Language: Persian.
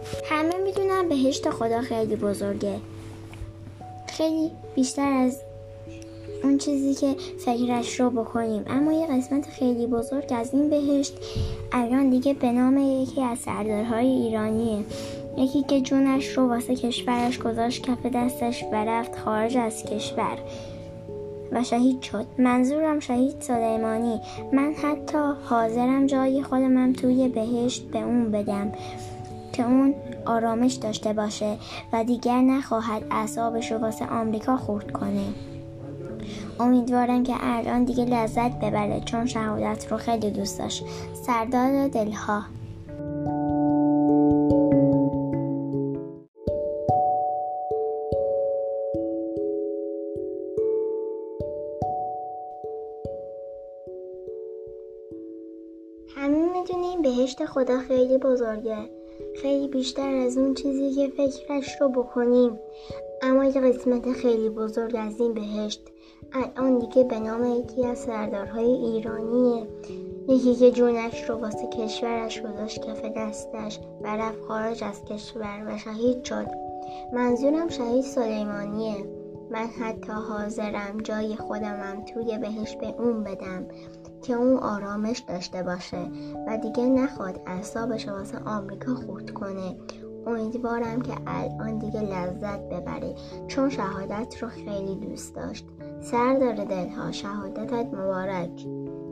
همه میدونن بهشت خدا خیلی بزرگه، خیلی بیشتر از اون چیزی که فکرش رو بکنیم. اما یه قسمت خیلی بزرگ از این بهشت الان دیگه به نام یکی از سردارهای ایرانیه، یکی که جونش رو واسه کشورش گذاشت کف دستش و رفت خارج از کشور و شهید شد. منظورم شهید سلیمانی. من حتی حاضرم جای خودمم توی بهشت به اون بدم که اون آرامش داشته باشه و دیگر نخواهد اعصابش رو واسه آمریکا خورد کنه. امیدوارم که الان دیگه لذت ببره، چون شهادت رو خیلی دوست داشت. سردار دلها. همین میدونیم بهشت خدا خیلی بزرگه، خیلی بیشتر از اون چیزی که فکرش رو بکنیم. اما یه قسمت خیلی بزرگ از این بهشت الان دیگه به نام یکی از سردارهای ایرانیه، یکی که جونش رو واسه کشورش گذاشت کف دستش و رفت خارج از کشور و شهید شد. منظورم شهید سلیمانیه. من حتی حاضرم جای خودمم توی بهشت به اون بدم که اون آرامش داشته باشه و دیگه نخواد اعصابش رو واسه آمریکا خورد کنه. امیدوارم که الان دیگه لذت ببره، چون شهادت رو خیلی دوست داشت. سردار دلها، شهادتت مبارک.